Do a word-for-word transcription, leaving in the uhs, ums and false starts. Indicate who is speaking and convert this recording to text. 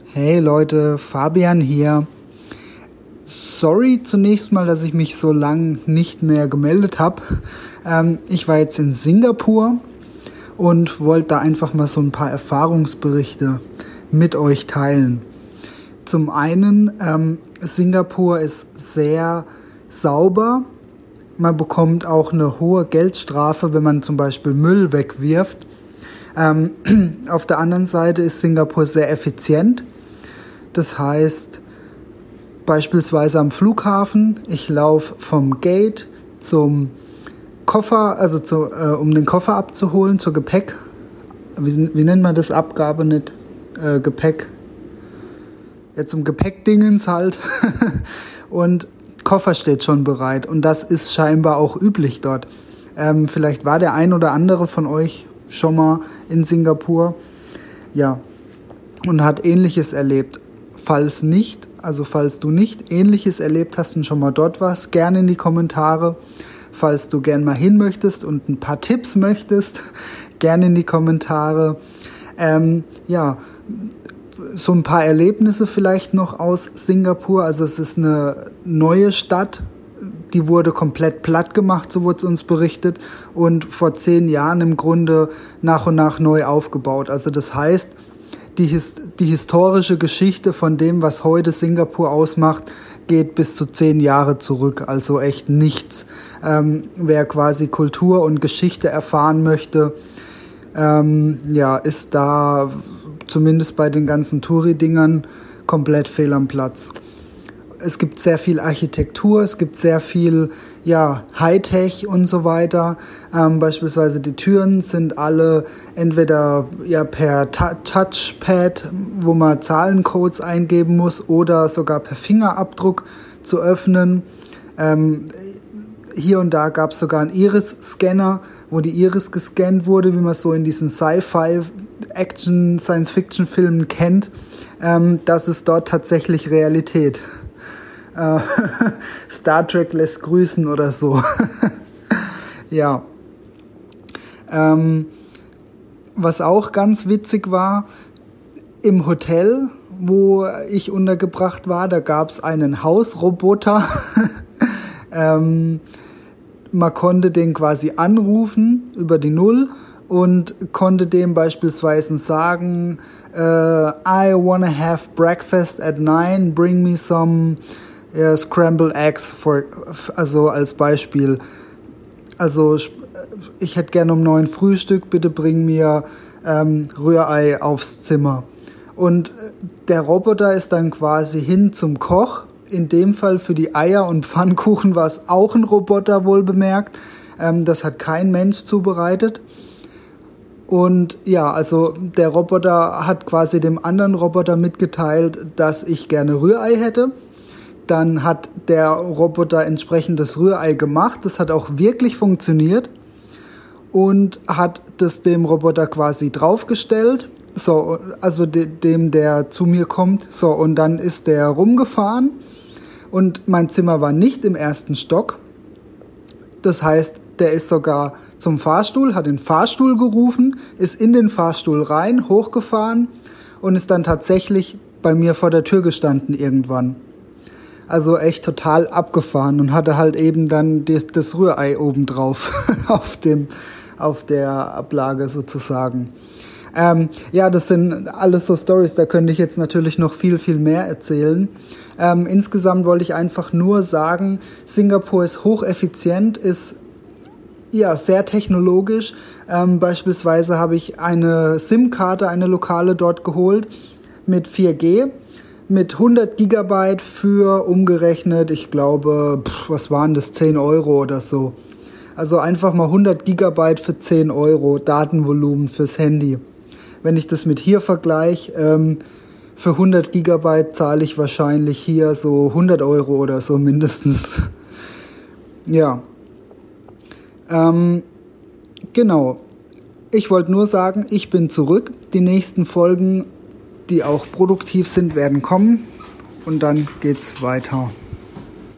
Speaker 1: Hey Leute, Fabian hier. Sorry zunächst mal, dass ich mich so lang nicht mehr gemeldet habe. Ähm, ich war jetzt in Singapur und wollte da einfach mal so ein paar Erfahrungsberichte mit euch teilen. Zum einen, ähm, Singapur ist sehr sauber. Man bekommt auch eine hohe Geldstrafe, wenn man zum Beispiel Müll wegwirft. Ähm, auf der anderen Seite ist Singapur sehr effizient. Das heißt, beispielsweise am Flughafen, ich laufe vom Gate zum Koffer, also zu, äh, um den Koffer abzuholen, zur Gepäck. Wie, wie nennt man das? Abgabe, nicht äh, Gepäck. Ja, zum Gepäckdingens halt. Und Koffer steht schon bereit. Und das ist scheinbar auch üblich dort. Ähm, vielleicht war der ein oder andere von euch schon mal in Singapur. Ja, und hat Ähnliches erlebt. Falls nicht, also falls du nicht Ähnliches erlebt hast und schon mal dort warst, gerne in die Kommentare. Falls du gern mal hin möchtest und ein paar Tipps möchtest, gerne in die Kommentare. Ähm, ja, so ein paar Erlebnisse vielleicht noch aus Singapur. Also es ist eine neue Stadt, die wurde komplett platt gemacht, so wurde es uns berichtet, und vor zehn Jahren im Grunde nach und nach neu aufgebaut. Also das heißt, Die, his- die historische Geschichte von dem, was heute Singapur ausmacht, geht bis zu zehn Jahre zurück, also echt nichts. Ähm, wer quasi Kultur und Geschichte erfahren möchte, ähm, ja, ist da zumindest bei den ganzen Touri-Dingern komplett fehl am Platz. Es gibt sehr viel Architektur, es gibt sehr viel ja, Hightech und so weiter. Ähm, beispielsweise die Türen sind alle entweder ja, per Ta- Touchpad, wo man Zahlencodes eingeben muss, oder sogar per Fingerabdruck zu öffnen. Ähm, hier und da gab es sogar einen Iris-Scanner, wo die Iris gescannt wurde, wie man es so in diesen Sci-Fi, Action, Science-Fiction-Filmen kennt. Ähm, das ist dort tatsächlich Realität. Star Trek lässt grüßen oder so. Ja. Ähm, was auch ganz witzig war, im Hotel, wo ich untergebracht war, da gab es einen Hausroboter. ähm, man konnte den quasi anrufen über die Null und konnte dem beispielsweise sagen, uh, I wanna have breakfast at nine, bring me some Ja, Scrambled Eggs, for, also als Beispiel. Also ich hätte gerne um neun Frühstück, bitte bring mir ähm, Rührei aufs Zimmer. Und der Roboter ist dann quasi hin zum Koch. In dem Fall für die Eier und Pfannkuchen war es auch ein Roboter, wohl bemerkt. Ähm, das hat kein Mensch zubereitet. Und ja, also der Roboter hat quasi dem anderen Roboter mitgeteilt, dass ich gerne Rührei hätte. Dann hat der Roboter entsprechend das Rührei gemacht. Das hat auch wirklich funktioniert. Und hat das dem Roboter quasi draufgestellt. So, also de- dem, der zu mir kommt. So, und dann ist der rumgefahren. Und mein Zimmer war nicht im ersten Stock. Das heißt, der ist sogar zum Fahrstuhl, hat den Fahrstuhl gerufen, ist in den Fahrstuhl rein, hochgefahren und ist dann tatsächlich bei mir vor der Tür gestanden irgendwann. Also echt total abgefahren und hatte halt eben dann die, das Rührei obendrauf auf dem, auf der Ablage sozusagen. Ähm, ja, das sind alles so Storys, da könnte ich jetzt natürlich noch viel, viel mehr erzählen. Ähm, insgesamt wollte ich einfach nur sagen, Singapur ist hocheffizient, ist ja sehr technologisch. Ähm, beispielsweise habe ich eine SIM-Karte, eine lokale dort geholt mit vier G. Mit hundert Gigabyte für umgerechnet, ich glaube, pff, was waren das, zehn Euro oder so. Also einfach mal hundert Gigabyte für zehn Euro Datenvolumen fürs Handy. Wenn ich das mit hier vergleiche, ähm, für hundert Gigabyte zahle ich wahrscheinlich hier so hundert Euro oder so mindestens. Ja. Ähm, genau. Ich wollte nur sagen, ich bin zurück. Die nächsten Folgen, die auch produktiv sind, werden kommen und dann geht's weiter.